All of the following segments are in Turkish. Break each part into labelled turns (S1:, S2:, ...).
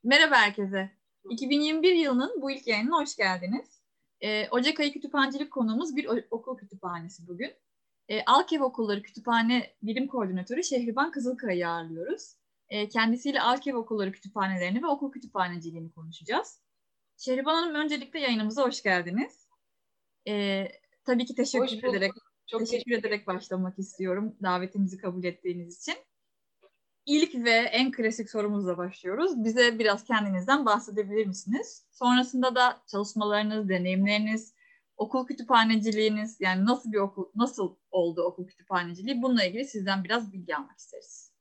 S1: Merhaba herkese. 2021 yılının bu ilk yayınına hoş geldiniz. Ocak ayı kütüphanecilik konuğumuz bir okul kütüphanesi bugün. Alkev Okulları Kütüphane Birim Koordinatörü Şehriban Kızılkaya'yı ağırlıyoruz. Kendisiyle Alkev Okulları kütüphanelerini ve okul kütüphaneciliğini konuşacağız. Şehriban Hanım, öncelikle yayınımıza hoş geldiniz. Tabii ki
S2: Hoş bulduk. Çok
S1: teşekkür ederek başlamak istiyorum davetimizi kabul ettiğiniz için. İlk ve en klasik sorumuzla başlıyoruz. Bize biraz kendinizden bahsedebilir misiniz? Sonrasında da çalışmalarınız, deneyimleriniz, okul kütüphaneciliğiniz, yani nasıl oldu okul kütüphaneciliği? Bununla ilgili sizden biraz bilgi almak isteriz.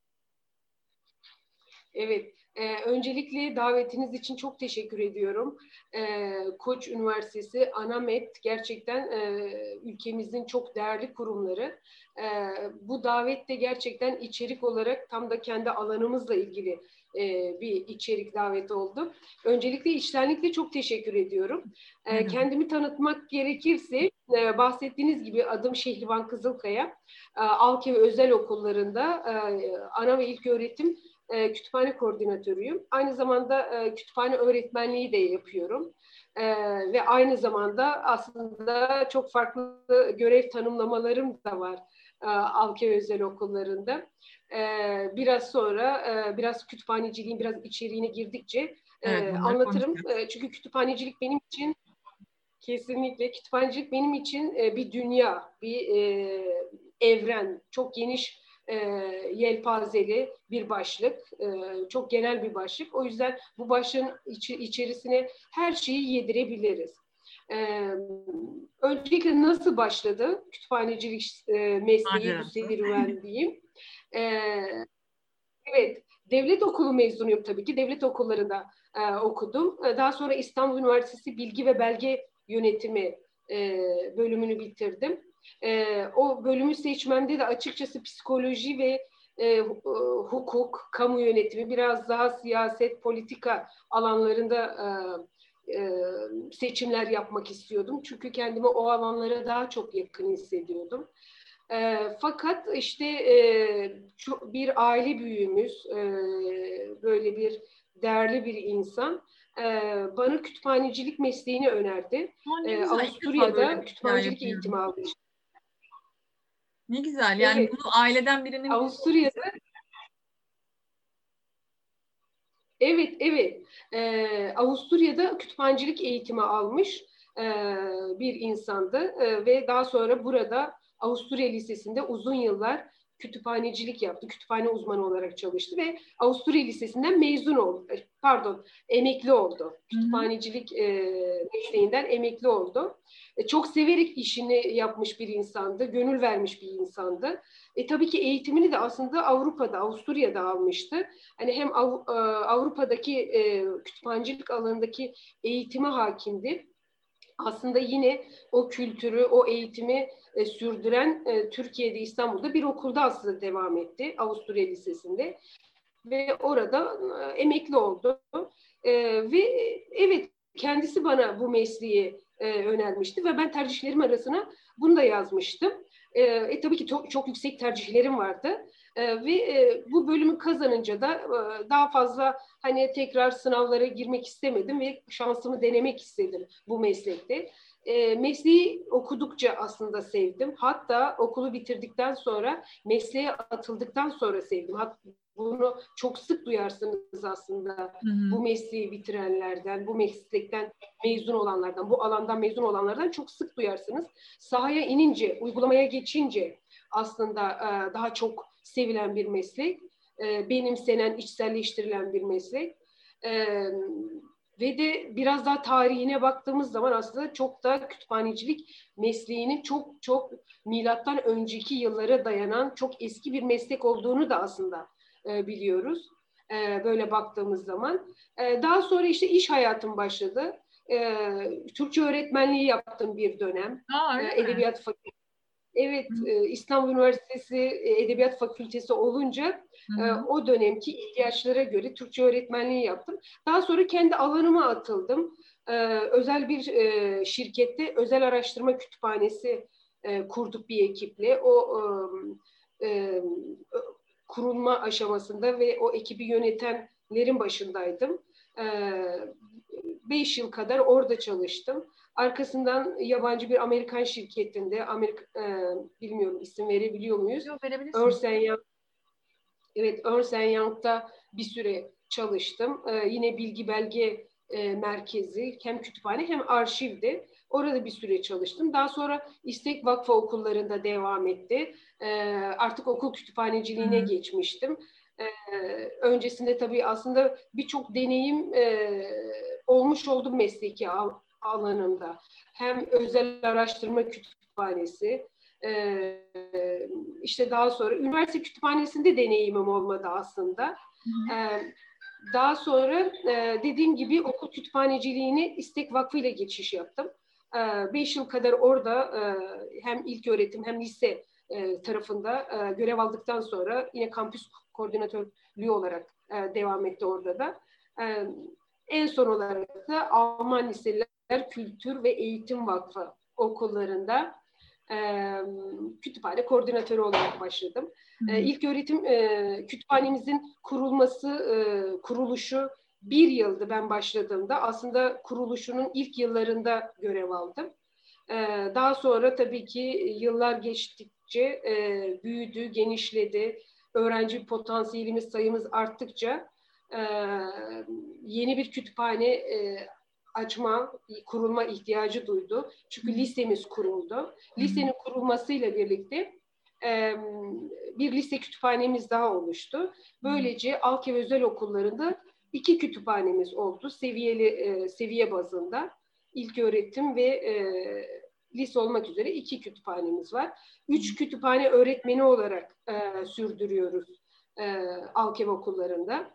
S2: Evet. Öncelikle davetiniz için çok teşekkür ediyorum. Koç Üniversitesi, ANAMET gerçekten ülkemizin çok değerli kurumları. Bu davette gerçekten içerik olarak tam da kendi alanımızla ilgili bir içerik daveti oldu. Öncelikle içtenlikle çok teşekkür ediyorum. Kendimi tanıtmak gerekirse bahsettiğiniz gibi adım Şehriban Kızılkaya. Alkev Özel Okullarında ana ve ilköğretim kütüphane koordinatörüyüm. Aynı zamanda kütüphane öğretmenliği de yapıyorum. Ve aynı zamanda aslında çok farklı görev tanımlamalarım da var Alkev Özel Okullarında. Biraz sonra biraz kütüphaneciliğin biraz içeriğine girdikçe anlatırım. Çünkü kütüphanecilik benim için kesinlikle benim için bir dünya, bir evren, çok geniş yelpazeli bir başlık, çok genel bir başlık. O yüzden bu başlığın içerisine her şeyi yedirebiliriz. Öncelikle nasıl başladı kütüphanecilik mesleği, bu serüven diyeyim. Evet, devlet okulu mezunuyum tabii ki. Devlet okullarında okudum. Daha sonra İstanbul Üniversitesi Bilgi ve Belge Yönetimi bölümünü bitirdim. O bölümü seçmemde de açıkçası psikoloji ve hukuk, kamu yönetimi, biraz daha siyaset, politika alanlarında seçimler yapmak istiyordum. Çünkü kendimi o alanlara daha çok yakın hissediyordum. Fakat işte bir aile büyüğümüz, böyle bir değerli bir insan bana kütüphanecilik mesleğini önerdi. Avusturya'da kütüphanecilik eğitimi almış.
S1: Ne güzel. Yani evet. Bunu aileden birinin...
S2: Avusturya'da Evet. Avusturya'da kütüphanecilik eğitimi almış bir insandı ve daha sonra burada Avusturya Lisesi'nde uzun yıllar kütüphanecilik yaptı. Kütüphane uzmanı olarak çalıştı ve Avusturya Lisesi'nden mezun oldu. Emekli oldu. Kütüphanecilik mesleğinden emekli oldu. Çok severek işini yapmış bir insandı. Gönül vermiş bir insandı. Tabii ki eğitimini de aslında Avusturya'da almıştı. Hani hem Avrupa'daki kütüphanecilik alanındaki eğitime hakimdi. Aslında yine o kültürü, o eğitimi sürdüren Türkiye'de, İstanbul'da bir okulda aslında devam etti. Avusturya Lisesi'nde. Ve orada emekli oldu. Ve evet, kendisi bana bu mesleği önermişti ve ben tercihlerim arasına bunu da yazmıştım. Tabii ki çok yüksek tercihlerim vardı. Ve bu bölümü kazanınca da daha fazla hani tekrar sınavlara girmek istemedim ve şansımı denemek istedim bu meslekte. Mesleği okudukça aslında sevdim. Hatta okulu bitirdikten sonra, mesleğe atıldıktan sonra sevdim. Bunu çok sık duyarsınız aslında bu mesleği bitirenlerden, bu meslekten mezun olanlardan, bu alandan mezun olanlardan çok sık duyarsınız. Sahaya inince, uygulamaya geçince aslında daha çok sevilen bir meslek, benimsenen, içselleştirilen bir meslek. Ve de biraz daha tarihine baktığımız zaman aslında çok da kütüphanecilik mesleğinin çok milattan önceki yıllara dayanan çok eski bir meslek olduğunu da aslında biliyoruz. Böyle baktığımız zaman. Daha sonra işte iş hayatım başladı. Türkçe öğretmenliği yaptım bir dönem. Edebiyat Fakültesi. Evet, İstanbul Üniversitesi Edebiyat Fakültesi olunca o dönemki ihtiyaçlara göre Türkçe öğretmenliği yaptım. Daha sonra kendi alanıma atıldım. Özel bir şirkette özel araştırma kütüphanesi kurduk bir ekiple. O kurulma aşamasında ve o ekibi yöneten kütüphanelerin başındaydım. 5 yıl kadar orada çalıştım. Arkasından yabancı bir Amerikan şirketinde, bilmiyorum isim verebiliyor muyuz?
S1: Yok, verebilirsin.
S2: Ernst Young, evet, Ernst Young'da bir süre çalıştım. Yine bilgi belge merkezi, hem kütüphane hem arşivde. Orada bir süre çalıştım. Daha sonra İstek Vakfı okullarında devam etti. Artık okul kütüphaneciliğine geçmiştim. Öncesinde tabii aslında birçok deneyim olmuş oldu mesleki alanında. Hem özel araştırma kütüphanesi, işte daha sonra üniversite kütüphanesinde deneyimim olmadı aslında. Daha sonra dediğim gibi okul kütüphaneciliğine İstek Vakfı ile geçiş yaptım. 5 yıl kadar orada hem ilköğretim hem lise tarafında görev aldıktan sonra yine kampüs koordinatörlüğü olarak devam etti orada da. En son olarak da Alman Liseler Kültür ve Eğitim Vakfı okullarında kütüphane koordinatörü olarak başladım. İlköğretim kütüphanemizin kuruluşu 1 yıldı ben başladığımda. Aslında kuruluşunun ilk yıllarında görev aldım. Daha sonra tabii ki yıllar geçtikçe büyüdü, genişledi. Öğrenci potansiyelimiz, sayımız arttıkça yeni bir kütüphane kurulma ihtiyacı duydu. Çünkü lisemiz kuruldu. Lisenin kurulmasıyla birlikte bir lise kütüphanemiz daha oluştu. Böylece Alkev özel okullarında 2 kütüphanemiz oldu. Seviye bazında. İlköğretim ve lise olmak üzere 2 kütüphanemiz var. 3 kütüphane öğretmeni olarak sürdürüyoruz Alkev okullarında.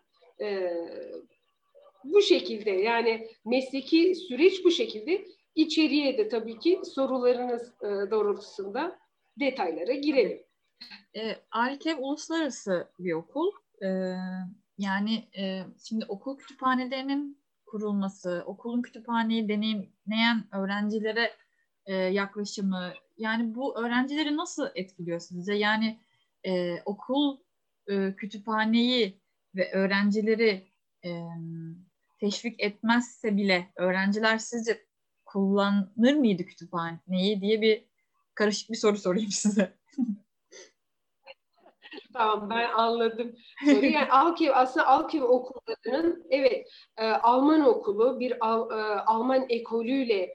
S2: Bu şekilde, yani mesleki süreç bu şekilde. İçeriye de tabii ki sorularınız doğrultusunda detaylara girelim.
S1: Alkev uluslararası bir okul. Yani şimdi okul kütüphanelerinin kurulması, okulun kütüphaneyi deneyimleyen öğrencilere yaklaşımı, yani bu öğrencileri nasıl etkiliyor sizce? Yani okul kütüphaneyi ve öğrencileri teşvik etmezse bile öğrenciler sizce kullanır mıydı kütüphaneyi diye bir karışık bir soru sorayım size.
S2: Tamam, ben anladım soruyu. Yani aslında Alkev okullarının, evet, Alman okulu, bir Alman ekolüyle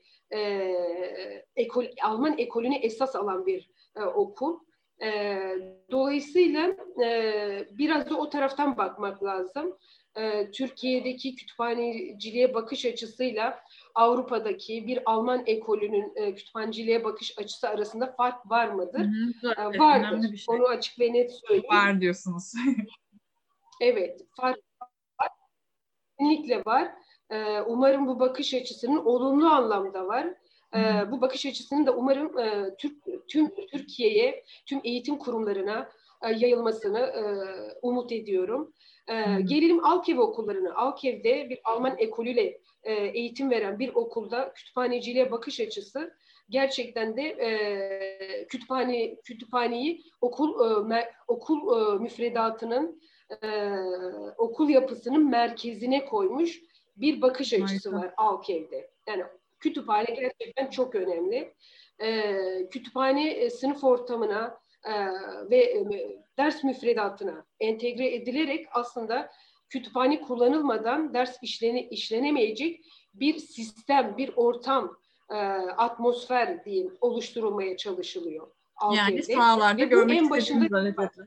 S2: Alman ekolünü esas alan bir okul. Dolayısıyla biraz da o taraftan bakmak lazım. Türkiye'deki kütüphaneciliğe bakış açısıyla Avrupa'daki bir Alman ekolünün kütüphaneciliğe bakış açısı arasında fark var mıdır?
S1: Evet,
S2: vardır.
S1: bir şey.
S2: Onu açık ve net söyleyeyim.
S1: Var diyorsunuz.
S2: Evet, fark var. Kesinlikle var. Umarım bu bakış açısının olumlu anlamda var. Bu bakış açısının da umarım tüm Türkiye'ye, tüm eğitim kurumlarına yayılmasını umut ediyorum. Gelelim Alkev okullarına. Alkev'de bir Alman ekolüyle eğitim veren bir okulda kütüphaneciliğe bakış açısı gerçekten de kütüphaneyi okul müfredatının, okul yapısının merkezine koymuş bir bakış açısı var Alkev'de. Yani kütüphane gerçekten çok önemli. Kütüphane sınıf ortamına ve ders müfredatına entegre edilerek aslında kütüphane kullanılmadan ders işlenemeyecek bir sistem, bir ortam, atmosfer diyeyim oluşturulmaya çalışılıyor Alkev'de.
S1: Yani sahalarda
S2: ve
S1: görmek
S2: en başında
S1: hareketler.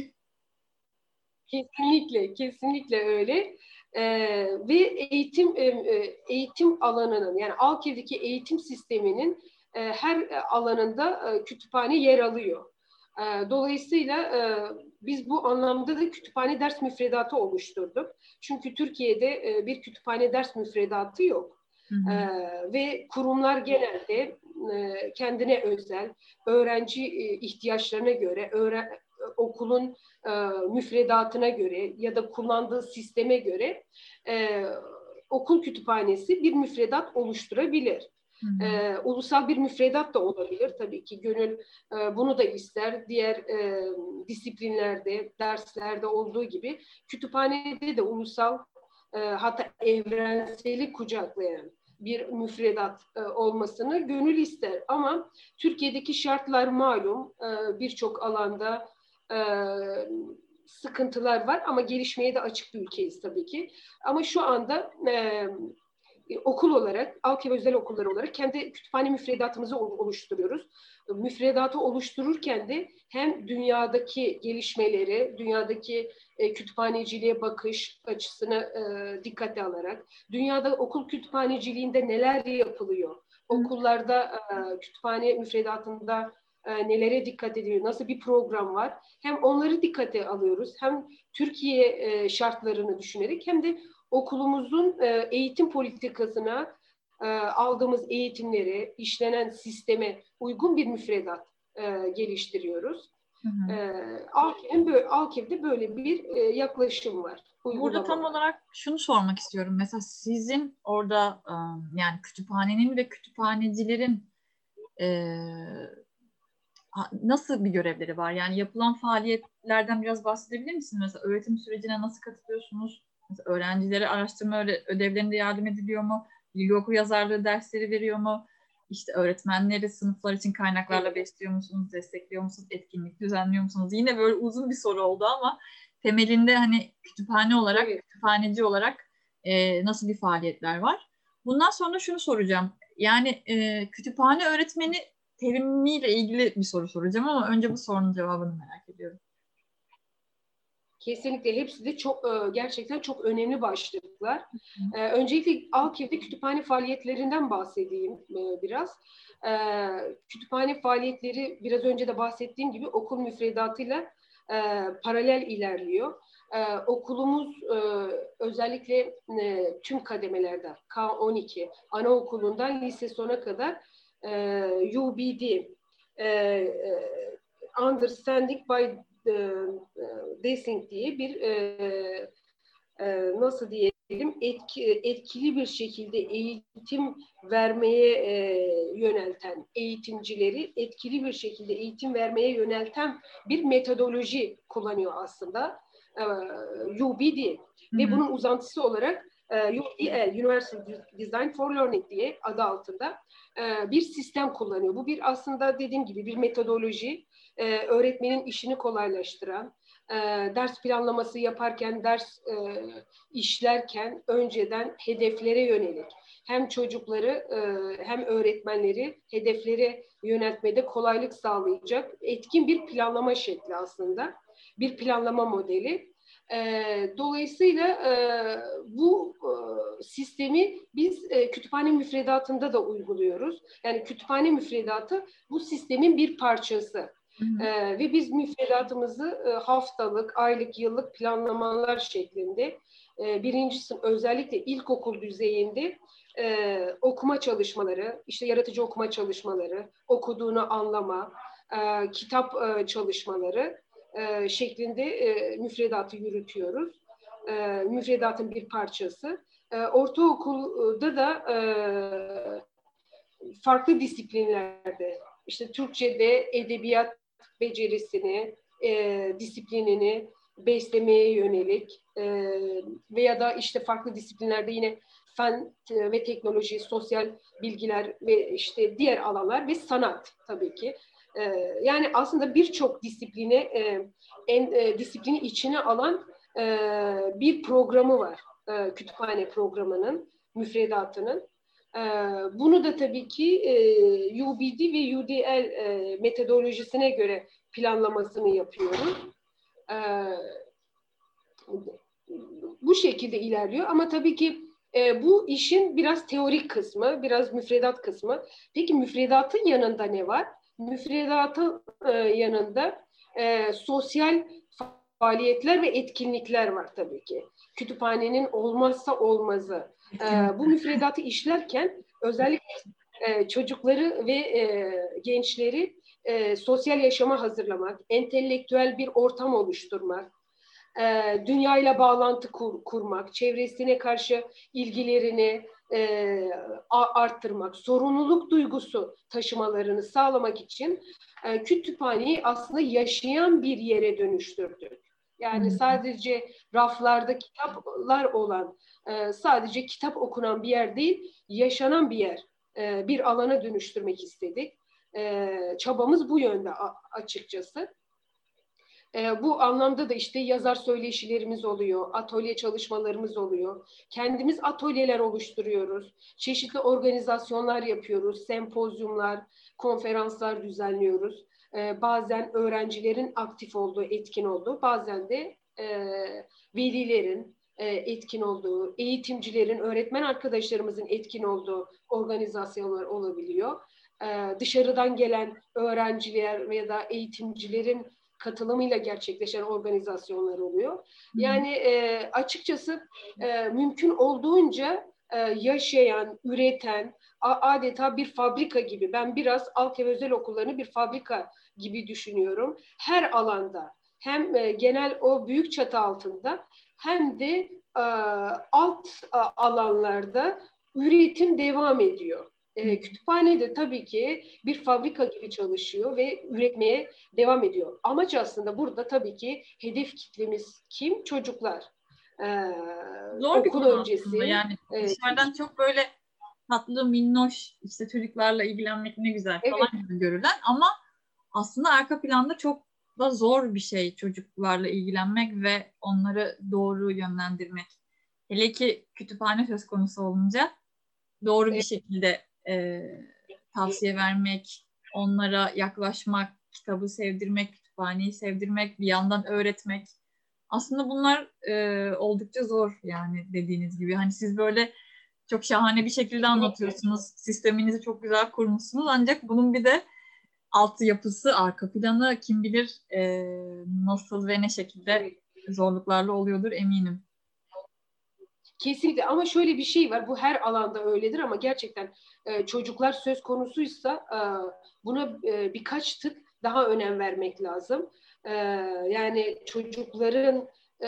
S2: Kesinlikle öyle. Ve eğitim alanının, yani Alkev'deki eğitim sisteminin her alanında kütüphane yer alıyor. Dolayısıyla biz bu anlamda da kütüphane ders müfredatı oluşturduk. Çünkü Türkiye'de bir kütüphane ders müfredatı yok. Ve kurumlar genelde kendine özel, öğrenci ihtiyaçlarına göre, okulun müfredatına göre ya da kullandığı sisteme göre okul kütüphanesi bir müfredat oluşturabilir. Ulusal bir müfredat da olabilir tabii ki. Gönül bunu da ister. Diğer disiplinlerde, derslerde olduğu gibi kütüphanede de ulusal, hatta evrenseli kucaklayan bir müfredat olmasını gönül ister. Ama Türkiye'deki şartlar malum, birçok alanda sıkıntılar var ama gelişmeye de açık bir ülkeyiz tabii ki. Ama şu anda okul olarak, ALKEV özel okulları olarak kendi kütüphane müfredatımızı oluşturuyoruz. Müfredatı oluştururken de hem dünyadaki gelişmeleri, dünyadaki kütüphaneciliğe bakış açısını dikkate alarak, dünyada okul kütüphaneciliğinde neler yapılıyor, okullarda kütüphane müfredatında nelere dikkat ediliyor, nasıl bir program var, hem onları dikkate alıyoruz, hem Türkiye şartlarını düşünerek hem de okulumuzun eğitim politikasına, aldığımız eğitimleri, işlenen sisteme uygun bir müfredat geliştiriyoruz. ALKEV'de böyle bir yaklaşım var.
S1: Burada tam olarak şunu sormak istiyorum. Mesela sizin orada yani kütüphanenin ve kütüphanecilerin nasıl bir görevleri var? Yani yapılan faaliyetlerden biraz bahsedebilir misiniz? Mesela öğretim sürecine nasıl katılıyorsunuz? Mesela öğrencilere araştırma ödevlerinde yardım ediliyor mu? Bilgi okuryazarlığı dersleri veriyor mu? İşte öğretmenleri sınıflar için kaynaklarla besliyor musunuz? Destekliyor musunuz? Etkinlik düzenliyor musunuz? Yine böyle uzun bir soru oldu ama temelinde hani kütüphane olarak, kütüphaneci olarak nasıl bir faaliyetler var? Bundan sonra şunu soracağım. Yani kütüphane öğretmeni terimiyle ilgili bir soru soracağım ama önce bu sorunun cevabını merak ediyorum.
S2: Kesinlikle hepsi de çok gerçekten çok önemli başlıklar. Öncelikle ALKEV'de kütüphane faaliyetlerinden bahsedeyim biraz. Kütüphane faaliyetleri biraz önce de bahsettiğim gibi okul müfredatıyla paralel ilerliyor. Okulumuz özellikle tüm kademelerde K12, anaokulundan lise sona kadar UBD, Understanding by Desing diye bir nasıl diyelim etkili bir şekilde eğitim vermeye yönelten eğitimcileri etkili bir şekilde eğitim vermeye yönelten bir metodoloji kullanıyor aslında UBD ve bunun uzantısı olarak UDL, Universal Design for Learning diye adı altında bir sistem kullanıyor. Bu bir aslında dediğim gibi bir metodoloji, öğretmenin işini kolaylaştıran, ders planlaması yaparken, ders işlerken önceden hedeflere yönelik hem çocukları hem öğretmenleri hedeflere yöneltmede kolaylık sağlayacak etkin bir planlama şekli aslında. Bir planlama modeli. Dolayısıyla bu sistemi biz kütüphane müfredatında da uyguluyoruz. Yani kütüphane müfredatı bu sistemin bir parçası. Ve biz müfredatımızı haftalık, aylık, yıllık planlamalar şeklinde birinci sınıf özellikle ilkokul düzeyinde okuma çalışmaları, işte yaratıcı okuma çalışmaları, okuduğunu anlama, kitap çalışmaları şeklinde müfredatı yürütüyoruz. Müfredatın bir parçası. Ortaokulda da farklı disiplinlerde, işte Türkçe'de edebiyat becerisini, disiplinini beslemeye yönelik veya da işte farklı disiplinlerde yine fen ve teknoloji, sosyal bilgiler ve işte diğer alanlar ve sanat tabii ki. Yani aslında birçok disipline disiplini içine alan bir programı var. Kütüphane programının, müfredatının. Bunu da tabii ki UBD ve UDL metodolojisine göre planlamasını yapıyoruz. Bu şekilde ilerliyor ama tabii ki bu işin biraz teorik kısmı, biraz müfredat kısmı. Peki müfredatın yanında ne var? Müfredatın yanında sosyal faaliyetler ve etkinlikler var tabii ki. Kütüphanenin olmazsa olmazı. Bu müfredatı işlerken özellikle çocukları ve gençleri sosyal yaşama hazırlamak, entelektüel bir ortam oluşturmak, dünyayla bağlantı kurmak, çevresine karşı ilgilerini arttırmak, sorumluluk duygusu taşımalarını sağlamak için kütüphaneyi aslında yaşayan bir yere dönüştürdük. Yani sadece raflarda kitaplar olan, sadece kitap okunan bir yer değil, yaşanan bir yer, bir alana dönüştürmek istedik. Çabamız bu yönde açıkçası. Bu anlamda da işte yazar söyleşilerimiz oluyor, atölye çalışmalarımız oluyor. Kendimiz atölyeler oluşturuyoruz, çeşitli organizasyonlar yapıyoruz, sempozyumlar, konferanslar düzenliyoruz. Bazen öğrencilerin aktif olduğu, etkin olduğu, bazen de velilerin etkin olduğu, eğitimcilerin, öğretmen arkadaşlarımızın etkin olduğu organizasyonlar olabiliyor. Dışarıdan gelen öğrenciler veya da eğitimcilerin katılımıyla gerçekleşen organizasyonlar oluyor. Yani açıkçası mümkün olduğunca yaşayan, üreten, adeta bir fabrika gibi. Ben biraz Alkev Özel Okullarını bir fabrika gibi düşünüyorum. Her alanda, hem genel o büyük çatı altında hem de alt alanlarda üretim devam ediyor. Kütüphane de tabii ki bir fabrika gibi çalışıyor ve üretmeye devam ediyor. Amaç aslında burada tabii ki hedef kitlemiz kim? Çocuklar.
S1: Zor bir
S2: Okul
S1: konu
S2: öncesi.
S1: aslında yani dışarıdan çok böyle tatlı, minnoş, işte çocuklarla ilgilenmek ne güzel falan gibi görülen ama aslında arka planda çok da zor bir şey çocuklarla ilgilenmek ve onları doğru yönlendirmek. Hele ki kütüphane söz konusu olunca doğru bir şekilde tavsiye vermek, onlara yaklaşmak, kitabı sevdirmek, kütüphaneyi sevdirmek, bir yandan öğretmek. Aslında bunlar oldukça zor yani dediğiniz gibi. Hani siz böyle çok şahane bir şekilde anlatıyorsunuz. Sisteminizi çok güzel kurmuşsunuz. Ancak bunun bir de altyapısı, arka planı kim bilir nasıl ve ne şekilde zorluklarla oluyordur eminim.
S2: Kesinlikle ama şöyle bir şey var, bu her alanda öyledir ama gerçekten çocuklar söz konusuysa buna birkaç tık daha önem vermek lazım. Yani çocukların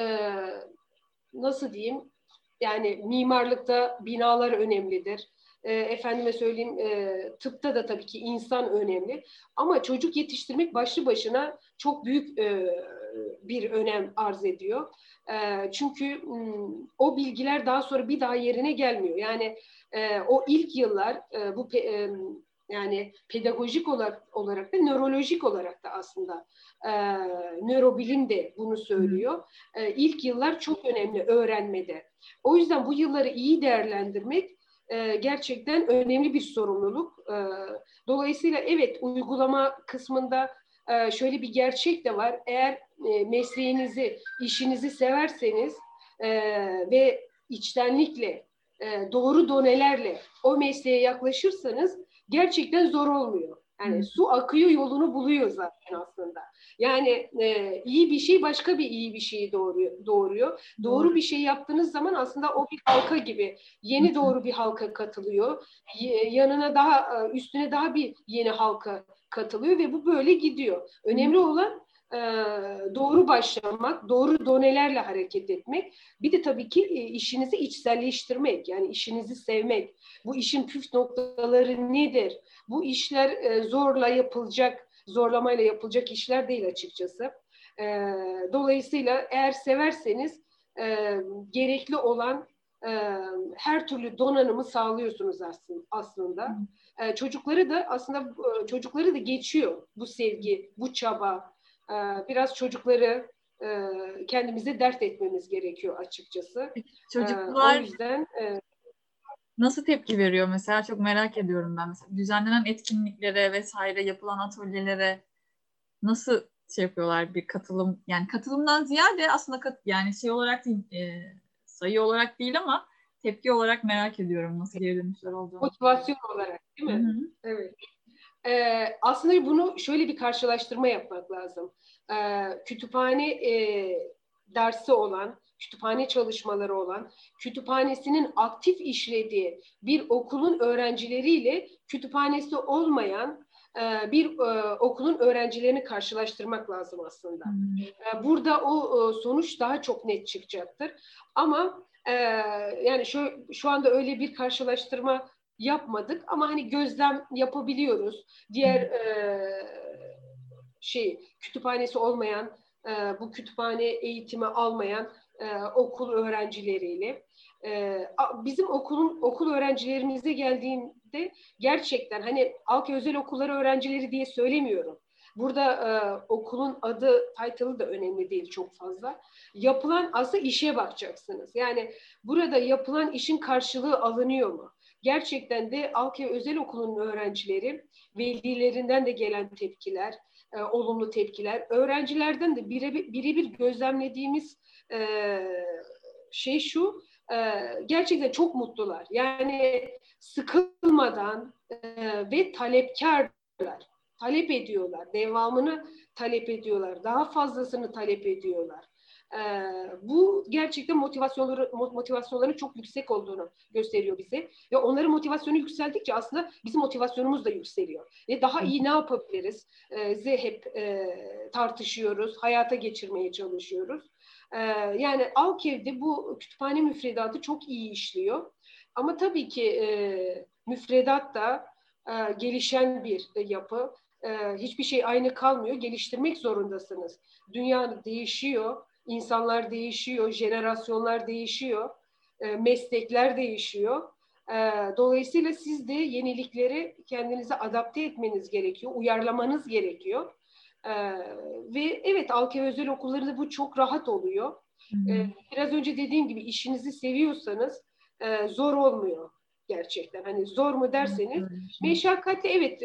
S2: nasıl diyeyim, yani mimarlıkta binalar önemlidir. Efendime söyleyeyim, tıpta da tabii ki insan önemli. Ama çocuk yetiştirmek başlı başına çok büyük bir önem arz ediyor. Çünkü o bilgiler daha sonra bir daha yerine gelmiyor. Yani o ilk yıllar bu yani pedagojik olarak da nörolojik olarak da aslında nörobilim de bunu söylüyor. İlk yıllar çok önemli öğrenmede. O yüzden bu yılları iyi değerlendirmek gerçekten önemli bir sorumluluk. Dolayısıyla evet, uygulama kısmında şöyle bir gerçek de var. Eğer mesleğinizi, işinizi severseniz ve içtenlikle, doğru donelerle o mesleğe yaklaşırsanız gerçekten zor olmuyor. Yani su akıyor, yolunu buluyor zaten aslında. Yani iyi bir şey başka bir iyi bir şeyi doğuruyor. Doğru bir şey yaptığınız zaman aslında o bir halka gibi. Yeni doğru bir halka katılıyor. Yanına daha, üstüne daha bir yeni halka katılıyor ve bu böyle gidiyor. Önemli olan doğru başlamak, doğru donelerle hareket etmek. Bir de tabii ki işinizi içselleştirmek, yani işinizi sevmek. Bu işin püf noktaları nedir? Bu işler zorlamayla yapılacak işler değil açıkçası. Dolayısıyla eğer severseniz gerekli olan her türlü donanımı sağlıyorsunuz aslında. Çocukları da geçiyor bu sevgi, bu çaba. Biraz çocukları kendimize dert etmemiz gerekiyor açıkçası.
S1: Çocuklar
S2: o yüzden
S1: nasıl tepki veriyor mesela, çok merak ediyorum ben. Mesela düzenlenen etkinliklere vesaire, yapılan atölyelere nasıl şey yapıyorlar, bir katılım, yani katılımdan ziyade aslında yani şey olarak değil, sayı olarak değil ama tepki olarak merak ediyorum nasıl geri dönüşler olduğunu.
S2: Motivasyon olarak değil mi?
S1: Hı-hı.
S2: Evet. Aslında bunu şöyle bir karşılaştırma yapmak lazım. Kütüphane dersi olan, kütüphane çalışmaları olan, kütüphanesinin aktif işlediği bir okulun öğrencileriyle kütüphanesi olmayan bir okulun öğrencilerini karşılaştırmak lazım aslında. Burada o sonuç daha çok net çıkacaktır. Ama Yani şu anda öyle bir karşılaştırma yapmadık ama hani gözlem yapabiliyoruz. Diğer kütüphanesi olmayan, bu kütüphane eğitimi almayan okul öğrencileriyle. Bizim okul öğrencilerimize geldiğinde gerçekten hani halk özel okulları öğrencileri diye söylemiyorum. Burada okulun adı, title'ı da önemli değil çok fazla. Yapılan aslında işe bakacaksınız. Yani burada yapılan işin karşılığı alınıyor mu? Gerçekten de Alke Özel Okulu'nun öğrencileri, velilerinden de gelen tepkiler, olumlu tepkiler, öğrencilerden de birebir gözlemlediğimiz şey şu, gerçekten çok mutlular. Yani sıkılmadan ve talepkarlar. Talep ediyorlar. Devamını talep ediyorlar. Daha fazlasını talep ediyorlar. Bu gerçekten motivasyonların çok yüksek olduğunu gösteriyor bize. Ve onların motivasyonu yükseldikçe aslında bizim motivasyonumuz da yükseliyor. Ve daha iyi ne yapabiliriz? Hep tartışıyoruz, hayata geçirmeye çalışıyoruz. Yani Alkev'de bu kütüphane müfredatı çok iyi işliyor. Ama tabii ki müfredat da gelişen bir yapı. Hiçbir şey aynı kalmıyor. Geliştirmek zorundasınız. Dünya değişiyor, insanlar değişiyor, jenerasyonlar değişiyor, meslekler değişiyor. Dolayısıyla siz de yenilikleri kendinize adapte etmeniz gerekiyor, uyarlamanız gerekiyor. Ve evet, Alkev özel okullarında bu çok rahat oluyor. Biraz önce dediğim gibi işinizi seviyorsanız zor olmuyor gerçekten. Hani zor mu derseniz meşakkatli, evet,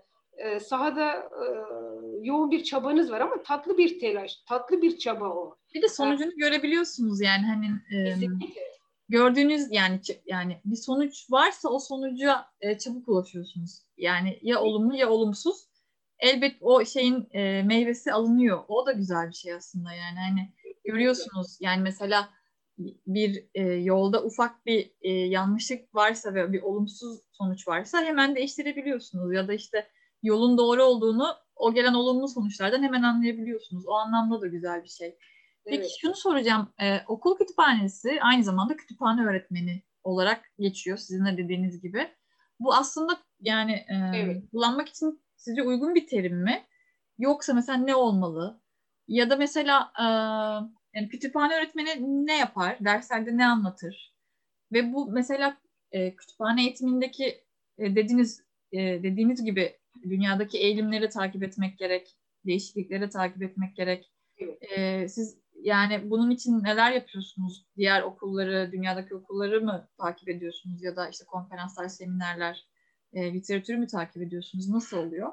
S2: sahada yoğun bir çabanız var ama tatlı bir telaş, tatlı bir çaba o.
S1: Bir de sonucunu görebiliyorsunuz yani hani gördüğünüz yani bir sonuç varsa o sonuca çabuk ulaşıyorsunuz. Yani ya olumlu ya olumsuz. Elbet o şeyin meyvesi alınıyor. O da güzel bir şey aslında yani hani görüyorsunuz yani mesela bir yolda ufak bir yanlışlık varsa ve bir olumsuz sonuç varsa hemen değiştirebiliyorsunuz ya da işte yolun doğru olduğunu o gelen olumlu sonuçlardan hemen anlayabiliyorsunuz. O anlamda da güzel bir şey. Peki
S2: Evet.
S1: şunu soracağım. Okul kütüphanesi aynı zamanda kütüphane öğretmeni olarak geçiyor sizin de dediğiniz gibi. Bu aslında yani
S2: Evet.
S1: kullanmak için sizce uygun bir terim mi? Yoksa mesela ne olmalı? Ya da mesela yani kütüphane öğretmeni ne yapar? Derslerde ne anlatır? Ve bu mesela kütüphane eğitimindeki dediğiniz gibi dünyadaki eğilimleri takip etmek gerek, değişiklikleri takip etmek gerek.
S2: Evet.
S1: Siz yani bunun için neler yapıyorsunuz? Diğer okulları, dünyadaki okulları mı takip ediyorsunuz ya da işte konferanslar, seminerler, literatürü mü takip ediyorsunuz? Nasıl oluyor?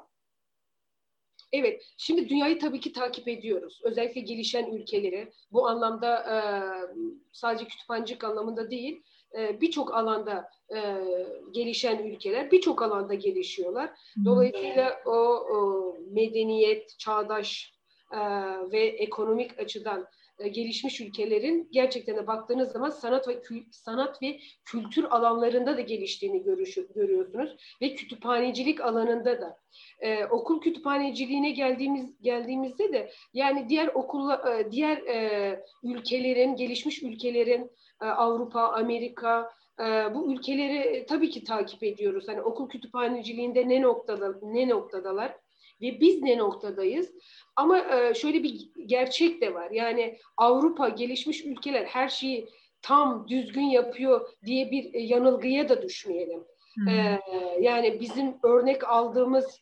S2: Evet, şimdi dünyayı tabii ki takip ediyoruz. Özellikle gelişen ülkeleri. Bu anlamda sadece kütüphanecilik anlamında değil, birçok alanda gelişen ülkeler, birçok alanda gelişiyorlar. Dolayısıyla o medeniyet, çağdaş ve ekonomik açıdan gelişmiş ülkelerin gerçekten de baktığınız zaman sanat ve kültür alanlarında da geliştiğini görüyorsunuz ve kütüphanecilik alanında da. Okul kütüphaneciliğine geldiğimizde de yani diğer ülkelerin, gelişmiş ülkelerin, Avrupa, Amerika, bu ülkeleri tabii ki takip ediyoruz. Hani okul kütüphaneciliğinde ne noktadalar ve biz ne noktadayız? Ama şöyle bir gerçek de var. Yani Avrupa, gelişmiş ülkeler her şeyi tam düzgün yapıyor diye bir yanılgıya da düşmeyelim. Yani bizim örnek aldığımız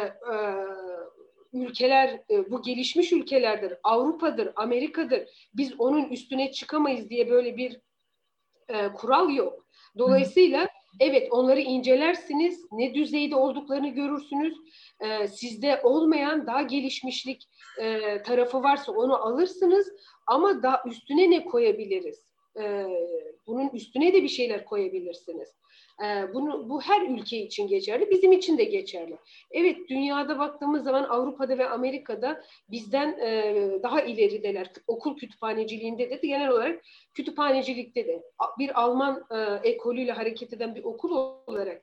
S2: ülkeler bu gelişmiş ülkelerdir, Avrupa'dır, Amerika'dır. Biz onun üstüne çıkamayız diye böyle bir kural yok. Dolayısıyla evet, onları incelersiniz, ne düzeyde olduklarını görürsünüz. Sizde olmayan daha gelişmişlik tarafı varsa onu alırsınız ama daha üstüne ne koyabiliriz? Bunun üstüne de bir şeyler koyabilirsiniz. Bu her ülke için geçerli, bizim için de geçerli. Evet, dünyada baktığımız zaman Avrupa'da ve Amerika'da bizden daha ilerideler. Okul kütüphaneciliğinde de genel olarak kütüphanecilikte de bir Alman ekolüyle hareket eden bir okul olarak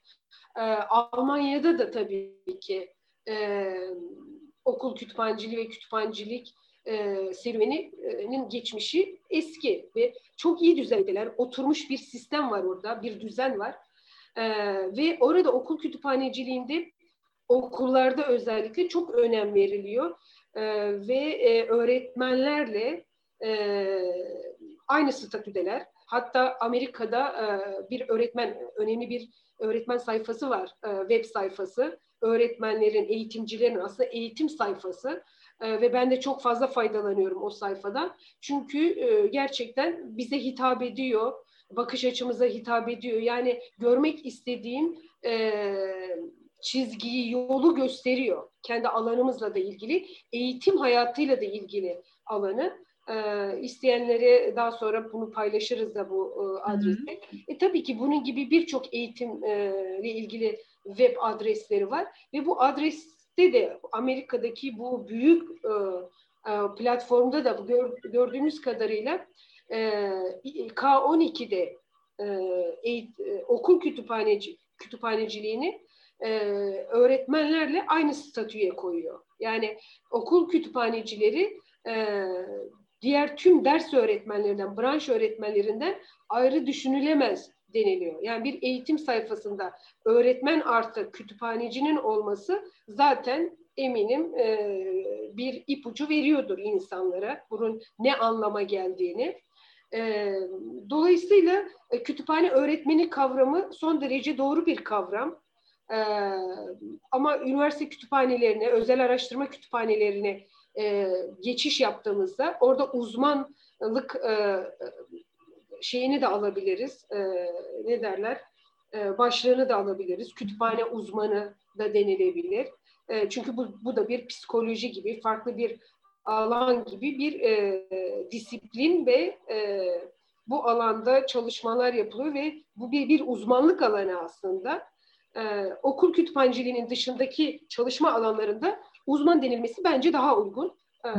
S2: Almanya'da da tabii ki okul kütüphaneciliği ve kütüphanecilik serüveninin geçmişi eski ve çok iyi düzenlediler. Oturmuş bir sistem var orada, bir düzen var. Ve orada okul kütüphaneciliğinde okullarda özellikle çok önem veriliyor. Ve öğretmenlerle aynı statüdeler. Hatta Amerika'da bir önemli bir öğretmen sayfası var, web sayfası. Öğretmenlerin, eğitimcilerin aslında eğitim sayfası. Ve ben de çok fazla faydalanıyorum o sayfadan. Çünkü gerçekten bize hitap ediyor, bakış açımıza hitap ediyor. Yani görmek istediğim çizgiyi, yolu gösteriyor. Kendi alanımızla da ilgili, eğitim hayatıyla da ilgili alanı. İsteyenlere daha sonra bunu paylaşırız da bu adreste. Tabii ki bunun gibi birçok eğitimle ilgili web adresleri var ve bu adreste de Amerika'daki bu büyük platformda da gördüğümüz kadarıyla K12'de okul kütüphaneciliğini öğretmenlerle aynı statüye koyuyor. Yani okul kütüphanecileri diğer tüm ders öğretmenlerinden, branş öğretmenlerinden ayrı düşünülemez deniliyor. Yani bir eğitim sayfasında öğretmen artı kütüphanecinin olması zaten eminim bir ipucu veriyordur insanlara bunun ne anlama geldiğini. Dolayısıyla kütüphane öğretmeni kavramı son derece doğru bir kavram. Ama üniversite kütüphanelerine, özel araştırma kütüphanelerine geçiş yaptığımızda orada uzmanlık şeyini de alabiliriz. Ne derler? Başlığını da alabiliriz. Kütüphane uzmanı da denilebilir. Çünkü bu da bir psikoloji gibi, farklı bir alan gibi bir disiplin ve bu alanda çalışmalar yapılıyor ve bu bir uzmanlık alanı aslında. Okul kütüphaneciliğinin dışındaki çalışma alanlarında uzman denilmesi bence daha uygun.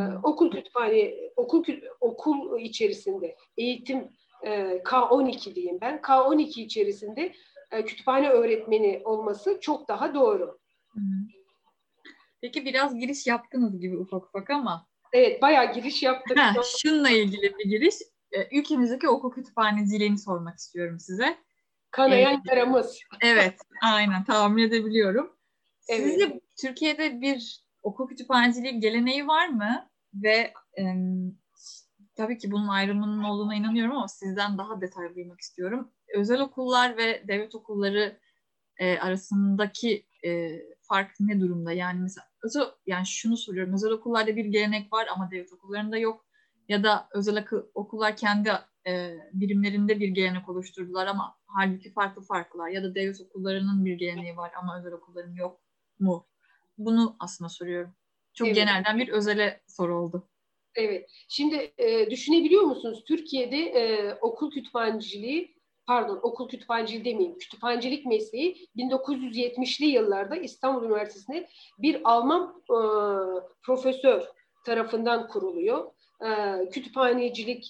S2: Okul içerisinde eğitim K12 diyeyim ben. K12 içerisinde kütüphane öğretmeni olması çok daha doğru.
S1: Peki biraz giriş yaptınız gibi ufak ama.
S2: Evet, bayağı giriş yaptık.
S1: Şununla ilgili bir giriş. Ülkemizdeki okul kütüphaneciliğini sormak istiyorum size.
S2: Kanayan yaramız.
S1: Evet, aynen tahmin edebiliyorum.
S2: Evet.
S1: Sizce Türkiye'de bir okul kütüphaneciliği geleneği var mı? Ve tabii ki bunun ayrımının olduğuna inanıyorum ama sizden daha detaylı duymak istiyorum. Özel okullar ve devlet okulları arasındaki fark ne durumda? Yani mesela yani şunu soruyorum. Özel okullarda bir gelenek var ama devlet okullarında yok. Ya da özel okullar kendi birimlerinde bir gelenek oluşturdular ama halbuki farklılar. Ya da devlet okullarının bir geleneği var ama özel okulların yok mu? Bunu aslında soruyorum. Çok genelden bir özele soru oldu.
S2: Evet. Şimdi düşünebiliyor musunuz? Türkiye'de okul kütüphaneciliği demeyeyim, kütüphanecilik mesleği 1970'li yıllarda İstanbul Üniversitesi'nde bir Alman profesör tarafından kuruluyor. Kütüphanecilik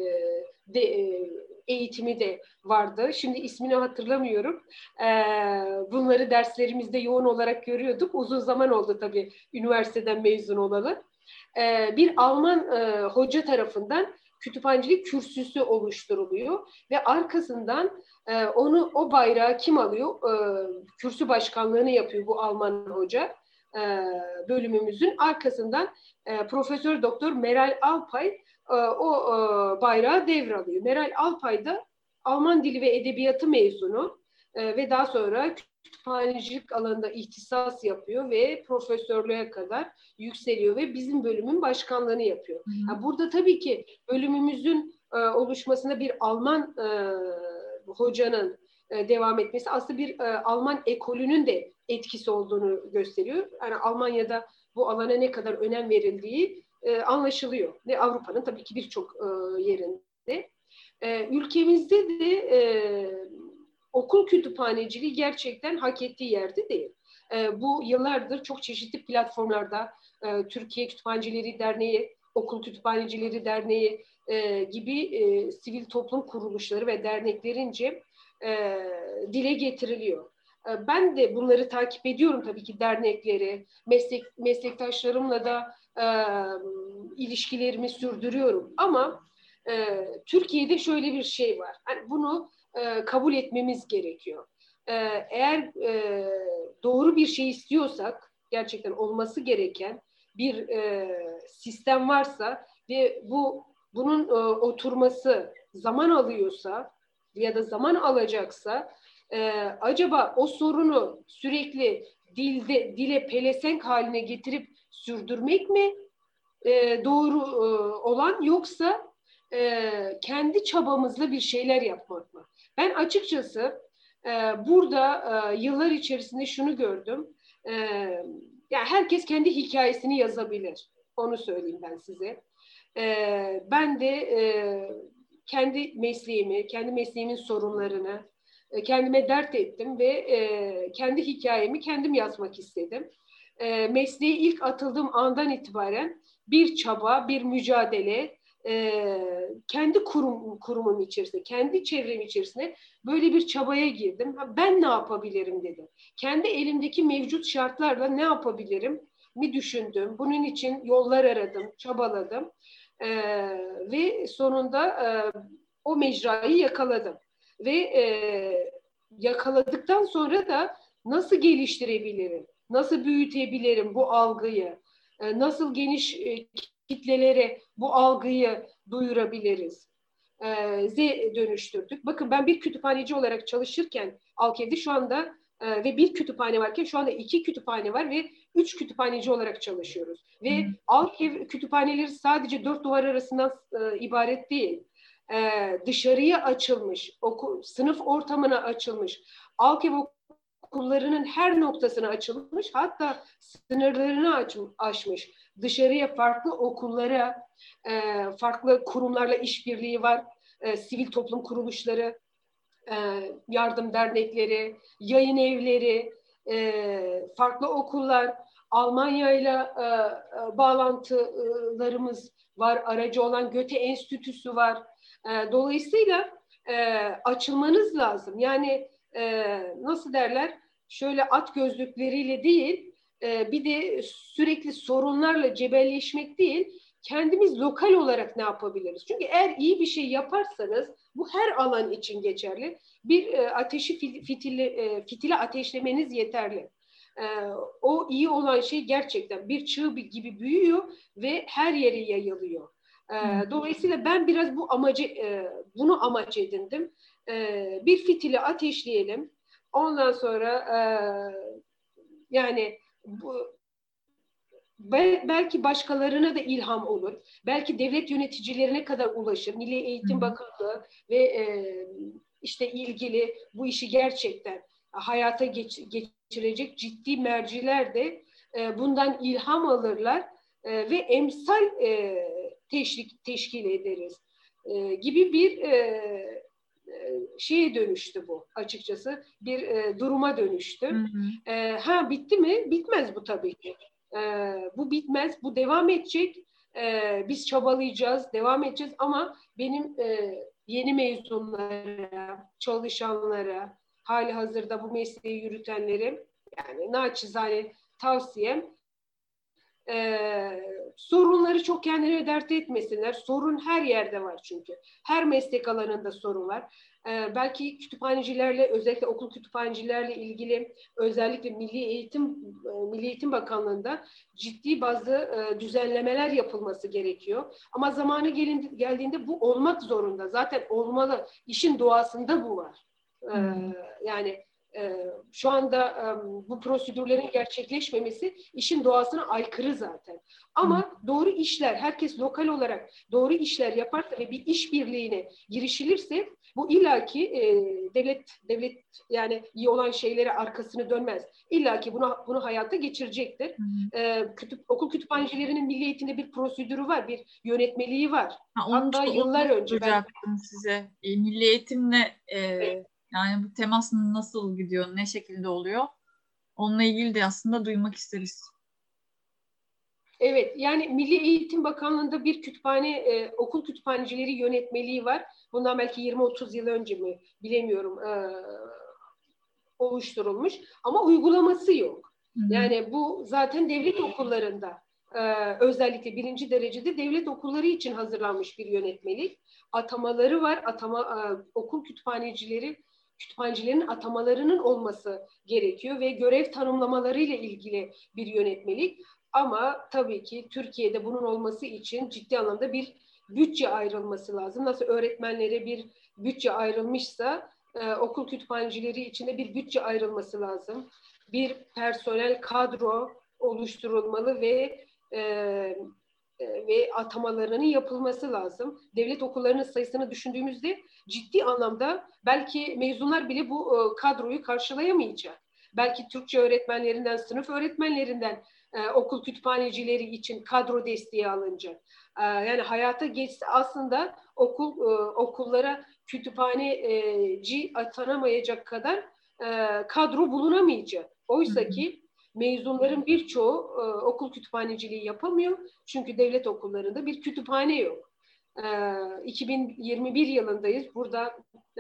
S2: eğitimi de vardı. Şimdi ismini hatırlamıyorum. Bunları derslerimizde yoğun olarak görüyorduk. Uzun zaman oldu tabii üniversiteden mezun olalı. Bir Alman hoca tarafından kütüphanecilik kürsüsü oluşturuluyor ve arkasından o bayrağı kim alıyor? Kürsü başkanlığını yapıyor bu Alman hoca bölümümüzün. Arkasından Profesör Doktor Meral Alpay o bayrağı devralıyor. Meral Alpay da Alman Dili ve Edebiyatı mezunu ve daha sonra kütüphanecilik alanında ihtisas yapıyor ve profesörlüğe kadar yükseliyor ve bizim bölümün başkanlığını yapıyor. Yani burada tabii ki bölümümüzün oluşmasında bir Alman hocanın devam etmesi aslında bir Alman ekolünün de etkisi olduğunu gösteriyor. Yani Almanya'da bu alana ne kadar önem verildiği anlaşılıyor. Ve Avrupa'nın tabii ki birçok yerinde. Ülkemizde de okul kütüphaneciliği gerçekten hak ettiği yerde değil. Bu yıllardır çok çeşitli platformlarda Türkiye Kütüphanecileri Derneği, Okul Kütüphanecileri Derneği gibi sivil toplum kuruluşları ve derneklerince dile getiriliyor. Ben de bunları takip ediyorum tabii ki dernekleri, meslektaşlarımla da ilişkilerimi sürdürüyorum. Ama Türkiye'de şöyle bir şey var. Hani bunu kabul etmemiz gerekiyor. Eğer doğru bir şey istiyorsak, gerçekten olması gereken bir sistem varsa ve bunun oturması zaman alıyorsa ya da zaman alacaksa, acaba o sorunu sürekli dile pelesenk haline getirip sürdürmek mi doğru olan, yoksa kendi çabamızla bir şeyler yapmak mı? Ben açıkçası burada yıllar içerisinde şunu gördüm. Yani herkes kendi hikayesini yazabilir. Onu söyleyeyim ben size. Ben de kendi mesleğimin sorunlarını kendime dert ettim ve kendi hikayemi kendim yazmak istedim. Mesleğe ilk atıldığım andan itibaren bir çaba, bir mücadele, kendi kurumum içerisinde, kendi çevrem içerisinde böyle bir çabaya girdim. Ben ne yapabilirim dedim. Kendi elimdeki mevcut şartlarla ne yapabilirim mi düşündüm. Bunun için yollar aradım, çabaladım. Ve sonunda o mecrayı yakaladım. Ve yakaladıktan sonra da nasıl geliştirebilirim, nasıl büyütebilirim bu algıyı, nasıl geniş kitlelere bu algıyı duyurabiliriz, dönüştürdük. Bakın, ben bir kütüphaneci olarak çalışırken Alkev'de şu anda ve bir kütüphane varken şu anda 2 kütüphane var ve 3 kütüphaneci olarak çalışıyoruz. Ve Alkev kütüphaneleri sadece 4 duvar arasından ibaret değil. Dışarıya açılmış, sınıf ortamına açılmış, Alkev okullarının her noktasına açılmış, hatta sınırlarını aşmış. Dışarıya, farklı okullara, farklı kurumlarla işbirliği var. Sivil toplum kuruluşları, yardım dernekleri, yayın evleri, farklı okullar, Almanya'yla bağlantılarımız var. Aracı olan Goethe Enstitüsü var. Dolayısıyla açılmanız lazım. Yani nasıl derler? Şöyle at gözlükleriyle değil, bir de sürekli sorunlarla cebelleşmek değil, kendimiz lokal olarak ne yapabiliriz? Çünkü eğer iyi bir şey yaparsanız, bu her alan için geçerli. Bir ateşi fitili ateşlemeniz yeterli. O iyi olan şey gerçekten bir çığ gibi büyüyor ve her yere yayılıyor. Dolayısıyla ben biraz bunu amaç edindim. Bir fitili ateşleyelim. Ondan sonra yani belki başkalarına da ilham olur. Belki devlet yöneticilerine kadar ulaşır. Milli Eğitim Bakanlığı ve işte ilgili bu işi gerçekten hayata geçirecek ciddi merciler de bundan ilham alırlar ve emsal teşkil ederiz gibi bir şeye dönüştü bu açıkçası. Bir duruma dönüştü. Bitti mi? Bitmez bu tabii ki. Bu bitmez, bu devam edecek. Biz çabalayacağız, devam edeceğiz ama benim yeni mezunlara, çalışanlara, hali hazırda bu mesleği yürütenlere, yani naçizane tavsiyem, sorunları çok kendilerine dert etmesinler. Sorun her yerde var çünkü. Her meslek alanında sorun var. Belki kütüphanecilerle, özellikle okul kütüphanecilerle ilgili, özellikle Milli Eğitim Bakanlığı'nda ciddi bazı düzenlemeler yapılması gerekiyor. Ama zamanı geldiğinde bu olmak zorunda. Zaten olmalı. İşin doğasında bu var. Yani şu anda bu prosedürlerin gerçekleşmemesi işin doğasına aykırı zaten. Ama doğru işler, herkes lokal olarak doğru işler yaparsa ve bir işbirliğine girişilirse, bu illaki devlet yani iyi olan şeylere arkasını dönmez. İllaki bunu hayata geçirecektir. Okul kütüphanecilerinin milli eğitimde bir prosedürü var, bir yönetmeliği var. Hatta yıllar önce
S1: soracaktım size. Milli eğitimle yani bu temas nasıl gidiyor, ne şekilde oluyor? Onunla ilgili de aslında duymak isteriz.
S2: Evet, yani Milli Eğitim Bakanlığı'nda bir okul kütüphanecileri yönetmeliği var. Bundan belki 20-30 yıl önce mi bilemiyorum oluşturulmuş ama uygulaması yok. Yani bu zaten devlet okullarında özellikle birinci derecede devlet okulları için hazırlanmış bir yönetmelik. Atamaları var. Okul kütüphanecilerin atamalarının olması gerekiyor ve görev tanımlamalarıyla ilgili bir yönetmelik. Ama tabii ki Türkiye'de bunun olması için ciddi anlamda bir bütçe ayrılması lazım. Nasıl öğretmenlere bir bütçe ayrılmışsa okul kütüphanecileri için de bir bütçe ayrılması lazım. Bir personel kadro oluşturulmalı ve atamalarının yapılması lazım. Devlet okullarının sayısını düşündüğümüzde ciddi anlamda belki mezunlar bile bu kadroyu karşılayamayacak. Belki Türkçe öğretmenlerinden, sınıf öğretmenlerinden okul kütüphanecileri için kadro desteği alınacak. Yani hayata geçse aslında okullara kütüphaneci atanamayacak kadar kadro bulunamayacak. Oysa ki mezunların birçoğu okul kütüphaneciliği yapamıyor. Çünkü devlet okullarında bir kütüphane yok. 2021 yılındayız. Burada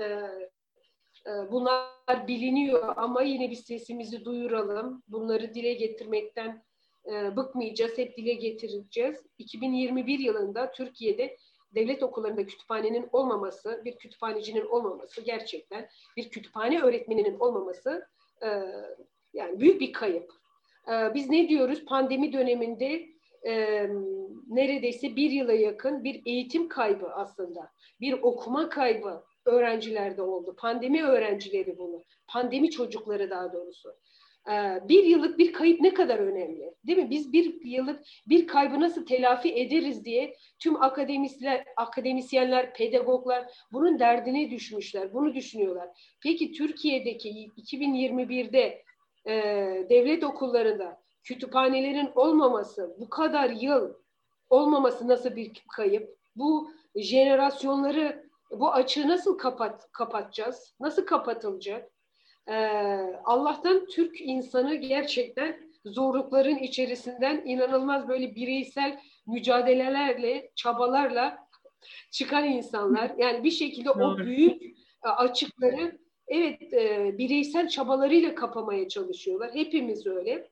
S2: bunlar biliniyor ama yine bir sesimizi duyuralım. Bunları dile getirmekten bıkmayacağız. Hep dile getireceğiz. 2021 yılında Türkiye'de devlet okullarında kütüphanenin olmaması, bir kütüphanecinin olmaması, gerçekten bir kütüphane öğretmeninin olmaması yani büyük bir kayıp. Biz ne diyoruz? Pandemi döneminde neredeyse bir yıla yakın bir eğitim kaybı aslında. Bir okuma kaybı öğrencilerde oldu. Pandemi öğrencileri bunu. Pandemi çocukları daha doğrusu. Bir yıllık bir kayıp ne kadar önemli? Değil mi? Biz bir yıllık bir kaybı nasıl telafi ederiz diye tüm akademisyenler, pedagoglar bunun derdine düşmüşler. Bunu düşünüyorlar. Peki Türkiye'deki 2021'de devlet okullarında kütüphanelerin olmaması, bu kadar yıl olmaması nasıl bir kayıp? Bu jenerasyonları, bu açığı nasıl kapatacağız? Nasıl kapatılacak? Allah'tan Türk insanı gerçekten zorlukların içerisinden inanılmaz böyle bireysel mücadelelerle, çabalarla çıkan insanlar. Yani bir şekilde o büyük açıkları bireysel çabalarıyla kapamaya çalışıyorlar. Hepimiz öyle.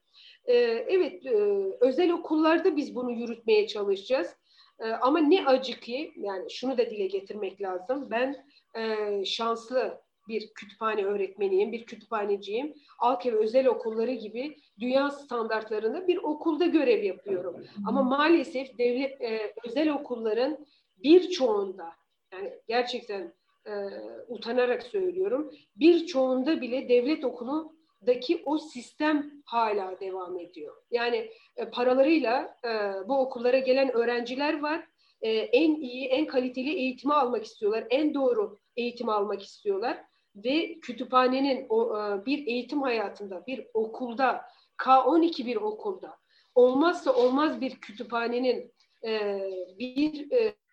S2: Özel okullarda biz bunu yürütmeye çalışacağız. Ama ne acı ki, yani şunu da dile getirmek lazım. Ben şanslı bir kütüphane öğretmeniyim, bir kütüphaneciyim. Alkev özel okulları gibi dünya standartlarında bir okulda görev yapıyorum. Ama maalesef devlet özel okulların birçoğunda, yani gerçekten utanarak söylüyorum, birçoğunda bile devlet okulundaki o sistem hala devam ediyor. Yani paralarıyla bu okullara gelen öğrenciler var. En iyi, en kaliteli eğitimi almak istiyorlar. En doğru eğitimi almak istiyorlar. Ve kütüphanenin bir eğitim hayatında, bir okulda, K12 bir okulda olmazsa olmaz bir kütüphanenin bir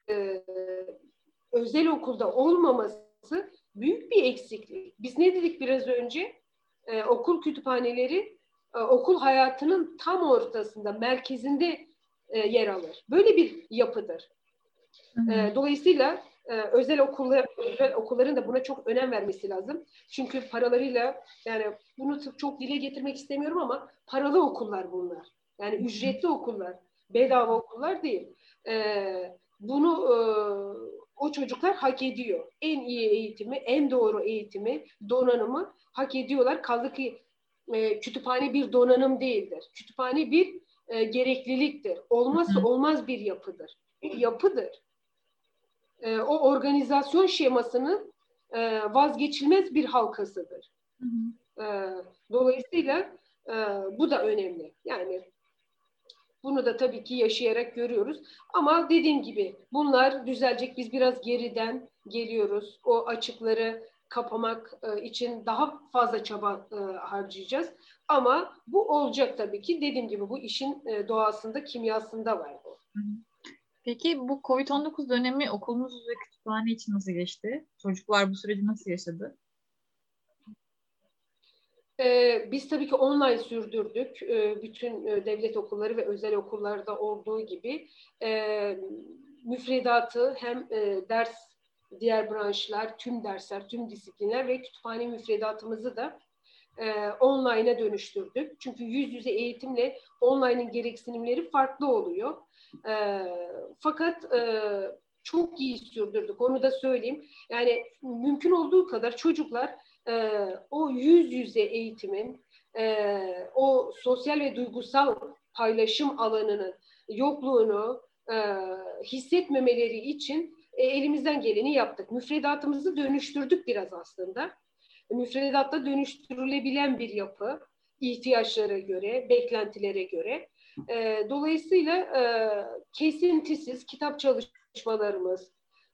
S2: özel okulda olmaması büyük bir eksiklik. Biz ne dedik biraz önce? Okul kütüphaneleri okul hayatının tam ortasında, merkezinde yer alır. Böyle bir yapıdır. Dolayısıyla özel okulların da buna çok önem vermesi lazım. Çünkü paralarıyla, yani bunu çok dile getirmek istemiyorum ama paralı okullar bunlar. Yani ücretli okullar, bedava okullar değil. Bunu o çocuklar hak ediyor. En iyi eğitimi, en doğru eğitimi, donanımı hak ediyorlar. Kaldı ki kütüphane bir donanım değildir. Kütüphane bir gerekliliktir. Olmazsa olmaz bir yapıdır. Bir yapıdır. O organizasyon şemasının vazgeçilmez bir halkasıdır. Dolayısıyla bu da önemli. Yani bunu da tabii ki yaşayarak görüyoruz. Ama dediğim gibi bunlar düzelecek. Biz biraz geriden geliyoruz. O açıkları kapamak için daha fazla çaba harcayacağız. Ama bu olacak tabii ki. Dediğim gibi bu işin doğasında, kimyasında var bu.
S1: Peki bu COVID-19 dönemi okulunuz ve kütüphane için nasıl geçti? Çocuklar bu süreci nasıl yaşadı?
S2: Biz tabii ki online sürdürdük. Bütün devlet okulları ve özel okullarda olduğu gibi. Müfredatı hem ders, diğer branşlar, tüm dersler, tüm disiplinler ve kütüphane müfredatımızı da online'a dönüştürdük. Çünkü yüz yüze eğitimle online'ın gereksinimleri farklı oluyor. Fakat çok iyi sürdürdük. Onu da söyleyeyim. Yani mümkün olduğu kadar çocuklar o yüz yüze eğitimin, o sosyal ve duygusal paylaşım alanının yokluğunu hissetmemeleri için elimizden geleni yaptık. Müfredatımızı dönüştürdük biraz aslında. Müfredatta dönüştürülebilen bir yapı, ihtiyaçlara göre, beklentilere göre. Dolayısıyla kesintisiz kitap çalışmalarımız,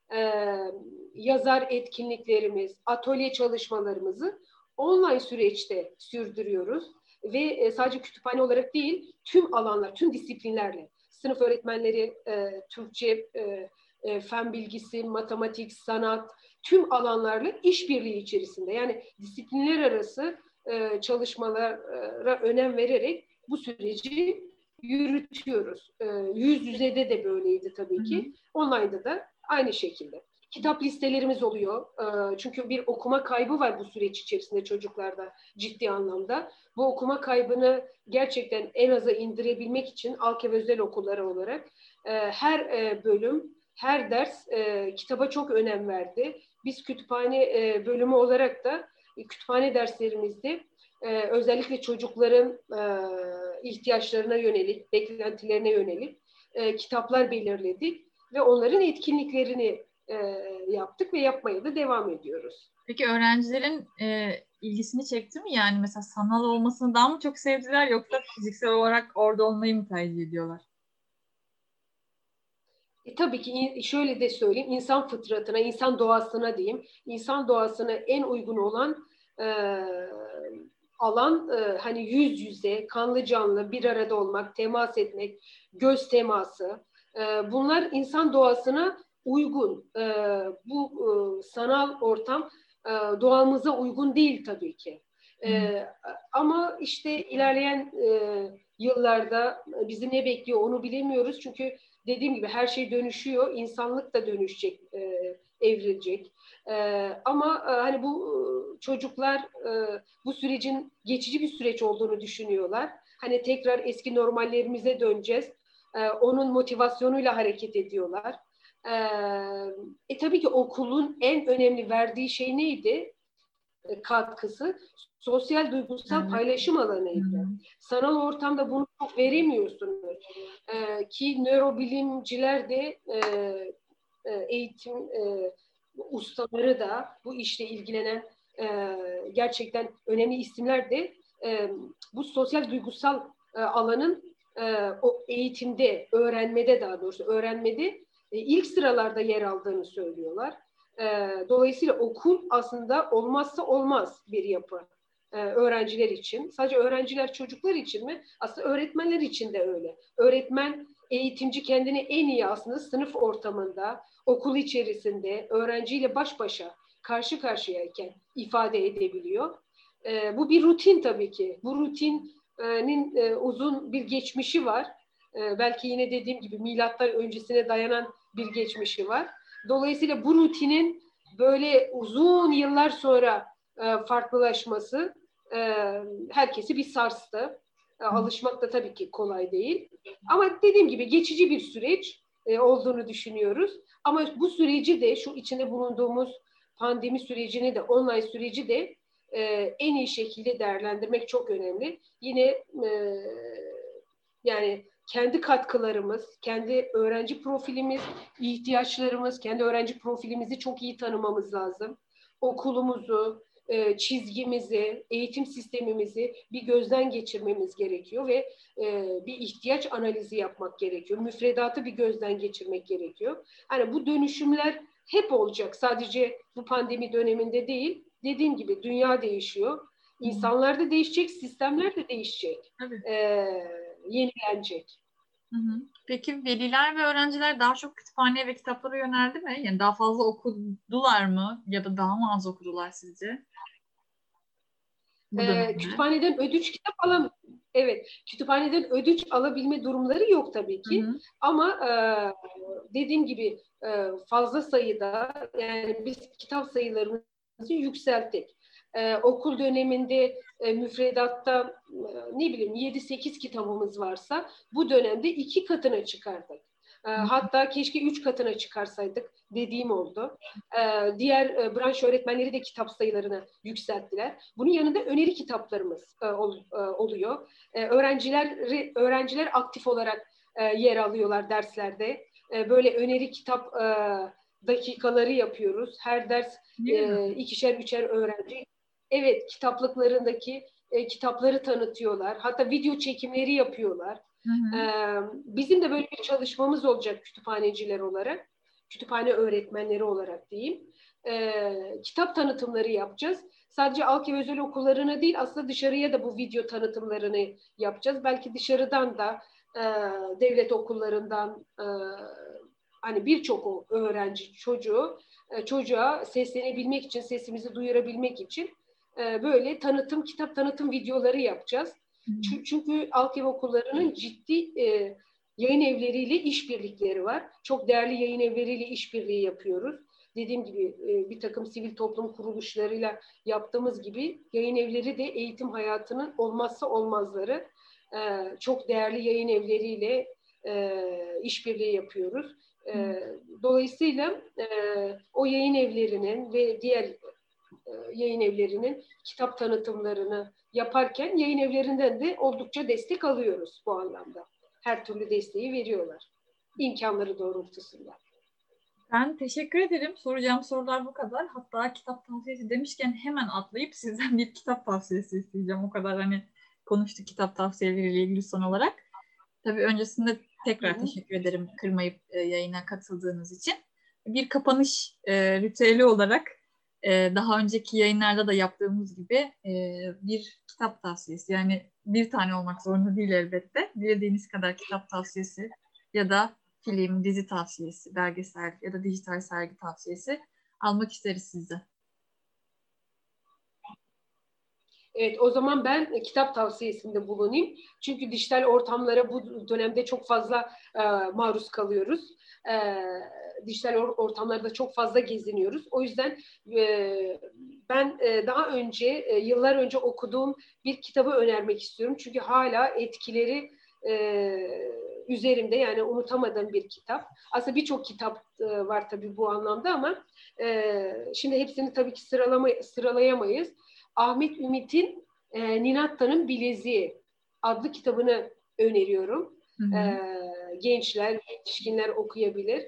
S2: yazar etkinliklerimiz, atölye çalışmalarımızı online süreçte sürdürüyoruz. Ve sadece kütüphane olarak değil, tüm alanlar, tüm disiplinlerle, sınıf öğretmenleri, Türkçe, fen bilgisi, matematik, sanat, tüm alanlarla işbirliği içerisinde. Yani disiplinler arası çalışmalara önem vererek bu süreci yürütüyoruz. Yüz yüzede de böyleydi tabii ki. Online'da da aynı şekilde. Kitap listelerimiz oluyor. Çünkü bir okuma kaybı var bu süreç içerisinde çocuklarda ciddi anlamda. Bu okuma kaybını gerçekten en aza indirebilmek için ALKEV özel okulları olarak her bölüm, her ders kitaba çok önem verdi. Biz kütüphane bölümü olarak da kütüphane derslerimizde özellikle çocukların ihtiyaçlarına yönelik, beklentilerine yönelik kitaplar belirledik ve onların etkinliklerini yaptık ve yapmaya da devam ediyoruz.
S1: Peki öğrencilerin ilgisini çekti mi? Yani mesela sanal olmasını daha mı çok sevdiler yoksa fiziksel olarak orada olmayı mı tercih ediyorlar?
S2: Tabii ki şöyle de söyleyeyim, insan fıtratına, insan doğasına diyeyim, insan doğasına en uygun olan alan hani yüz yüze, kanlı canlı bir arada olmak, temas etmek, göz teması. Bunlar insan doğasına uygun. Bu sanal ortam doğamıza uygun değil tabii ki. Ama işte ilerleyen yıllarda bizi ne bekliyor onu bilemiyoruz. Çünkü dediğim gibi her şey dönüşüyor. İnsanlık da dönüşecek, evrilecek. Ama hani bu çocuklar bu sürecin geçici bir süreç olduğunu düşünüyorlar. Hani tekrar eski normallerimize döneceğiz. Onun motivasyonuyla hareket ediyorlar. Tabii ki okulun en önemli verdiği şey neydi? Katkısı sosyal duygusal paylaşım alanıydı. Sanal ortamda bunu çok veremiyorsunuz. Ki nörobilimciler de eğitim ustaları da bu işle ilgilenen gerçekten önemli isimler de bu sosyal duygusal alanın o eğitimde, öğrenmede daha doğrusu öğrenmede ilk sıralarda yer aldığını söylüyorlar. Dolayısıyla okul aslında olmazsa olmaz bir yapı öğrenciler için. Sadece öğrenciler, çocuklar için mi? Aslında öğretmenler için de öyle. Öğretmen, eğitimci kendini en iyi aslında sınıf ortamında, okul içerisinde, öğrenciyle baş başa, karşı karşıyayken ifade edebiliyor. Bu bir rutin tabii ki. Bu rutinin uzun bir geçmişi var. Belki yine dediğim gibi milattan öncesine dayanan bir geçmişi var. Dolayısıyla bu rutinin böyle uzun yıllar sonra farklılaşması herkesi bir sarstı. Alışmak da tabii ki kolay değil. Ama dediğim gibi geçici bir süreç olduğunu düşünüyoruz. Ama bu süreci de şu içinde bulunduğumuz pandemi sürecini de online süreci de en iyi şekilde değerlendirmek çok önemli. Yine yani kendi katkılarımız, kendi öğrenci profilimiz, ihtiyaçlarımız, kendi öğrenci profilimizi çok iyi tanımamız lazım. Okulumuzu, çizgimizi, eğitim sistemimizi bir gözden geçirmemiz gerekiyor ve bir ihtiyaç analizi yapmak gerekiyor. Müfredatı bir gözden geçirmek gerekiyor. Hani bu dönüşümler hep olacak. Sadece bu pandemi döneminde değil. Dediğim gibi dünya değişiyor. İnsanlar da değişecek, sistemler de değişecek. Yenilenecek.
S1: Peki veliler ve öğrenciler daha çok kütüphaneye ve kitaplara yöneldi mi? Yani daha fazla okudular mı? Ya da daha mı az okudular sizce?
S2: Kütüphaneden ödünç kitap evet, kütüphaneden ödünç alabilme durumları yok tabii ki. Ama dediğim gibi fazla sayıda yani biz kitap sayılarımızı yükselttik. Okul döneminde müfredatta ne bileyim 7-8 kitabımız varsa bu dönemde 2 katına çıkardık. Hatta keşke 3 katına çıkarsaydık dediğim oldu. Diğer branş öğretmenleri de kitap sayılarını yükselttiler. Bunun yanında öneri kitaplarımız oluyor. Öğrenciler aktif olarak yer alıyorlar derslerde. Böyle öneri kitap dakikaları yapıyoruz. Her ders ikişer üçer öğrenci. Evet, kitaplıklarındaki kitapları tanıtıyorlar. Hatta video çekimleri yapıyorlar.
S1: Hı hı.
S2: Bizim de böyle bir çalışmamız olacak kütüphaneciler olarak. Kütüphane öğretmenleri olarak diyeyim. Kitap tanıtımları yapacağız. Sadece Alkev özel okullarına değil, aslında dışarıya da bu video tanıtımlarını yapacağız. Belki dışarıdan da devlet okullarından hani birçok öğrenci çocuğa seslenebilmek için, sesimizi duyurabilmek için böyle kitap tanıtım videoları yapacağız. Çünkü Alkev okullarının ciddi yayın evleriyle işbirlikleri var. Çok değerli yayın evleriyle işbirliği yapıyoruz. Dediğim gibi bir takım sivil toplum kuruluşlarıyla yaptığımız gibi yayın evleri de eğitim hayatının olmazsa olmazları. Çok değerli yayın evleriyle işbirliği yapıyoruz. Dolayısıyla o yayın evlerinin ve diğer yayın evlerinin kitap tanıtımlarını yaparken yayın evlerinden de oldukça destek alıyoruz bu anlamda. Her türlü desteği veriyorlar. İmkanları doğrultusunda.
S1: Ben teşekkür ederim. Soracağım sorular bu kadar. Hatta kitap tavsiyesi demişken hemen atlayıp sizden bir kitap tavsiyesi isteyeceğim. O kadar hani konuştuk kitap tavsiyeleriyle ilgili son olarak. Tabii öncesinde tekrar teşekkür ederim kırmayıp yayına katıldığınız için. Bir kapanış ritüeli olarak daha önceki yayınlarda da yaptığımız gibi bir kitap tavsiyesi. Yani bir tane olmak zorunda değil elbette. Dilediğiniz kadar kitap tavsiyesi ya da film, dizi tavsiyesi, belgesel ya da dijital sergi tavsiyesi almak isteriz sizden.
S2: Evet, o zaman ben kitap tavsiyesinde bulunayım. Çünkü dijital ortamlara bu dönemde çok fazla maruz kalıyoruz. Dijital ortamlarda çok fazla geziniyoruz. O yüzden ben daha önce, yıllar önce okuduğum bir kitabı önermek istiyorum. Çünkü hala etkileri üzerimde, yani unutamadığım bir kitap. Aslında birçok kitap var tabii bu anlamda ama şimdi hepsini tabii ki sıralayamayız. Ahmet Ümit'in Ninatta'nın Bileziği adlı kitabını öneriyorum.
S1: Hı hı.
S2: Gençler, yetişkinler okuyabilir.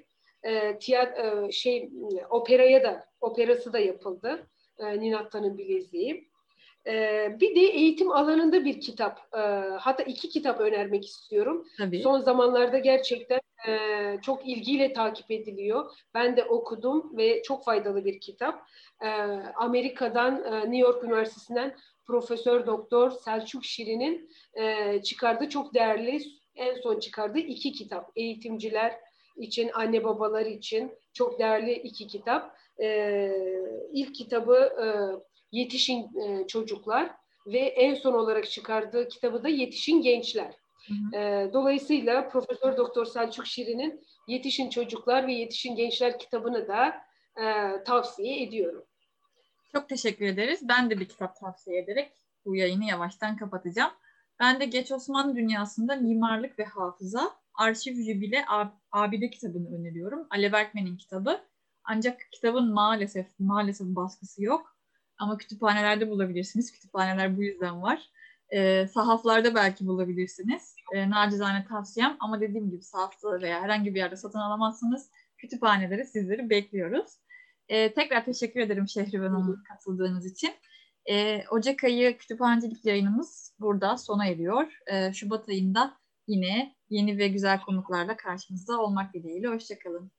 S2: Operası da yapıldı. Ninatta'nın Bileziği. Bir de eğitim alanında bir kitap, hatta 2 kitap önermek istiyorum.
S1: Tabii.
S2: Son zamanlarda gerçekten çok ilgiyle takip ediliyor. Ben de okudum ve çok faydalı bir kitap. Amerika'dan, New York Üniversitesi'nden Profesör Doktor Selçuk Şirin'in çıkardığı çok değerli, en son çıkardığı 2 kitap. Eğitimciler için, anne babalar için çok değerli 2 kitap. İlk kitabı Yetişin Çocuklar ve en son olarak çıkardığı kitabı da Yetişin Gençler.
S1: Hı hı.
S2: Dolayısıyla Profesör Doktor Selçuk Şirin'in Yetişin Çocuklar ve Yetişin Gençler kitabını da tavsiye ediyorum.
S1: Çok teşekkür ederiz. Ben de bir kitap tavsiye ederek bu yayını yavaştan kapatacağım. Ben de Geç Osmanlı Dünyasında Mimarlık ve Hafıza Arşiv Jübile Abide kitabını öneriyorum. Alev Erkmen'in kitabı. Ancak kitabın maalesef baskısı yok. Ama kütüphanelerde bulabilirsiniz. Kütüphaneler bu yüzden var. Sahaflarda belki bulabilirsiniz. Nacizane tavsiyem, ama dediğim gibi sahafta veya herhangi bir yerde satın alamazsınız. Kütüphanelere sizleri bekliyoruz. Tekrar teşekkür ederim Şehriban Hanım katıldığınız için. Ocak ayı kütüphanecilik yayınımız burada sona eriyor. Şubat ayında yine yeni ve güzel konuklarla karşınızda olmak dileğiyle. Hoşça kalın.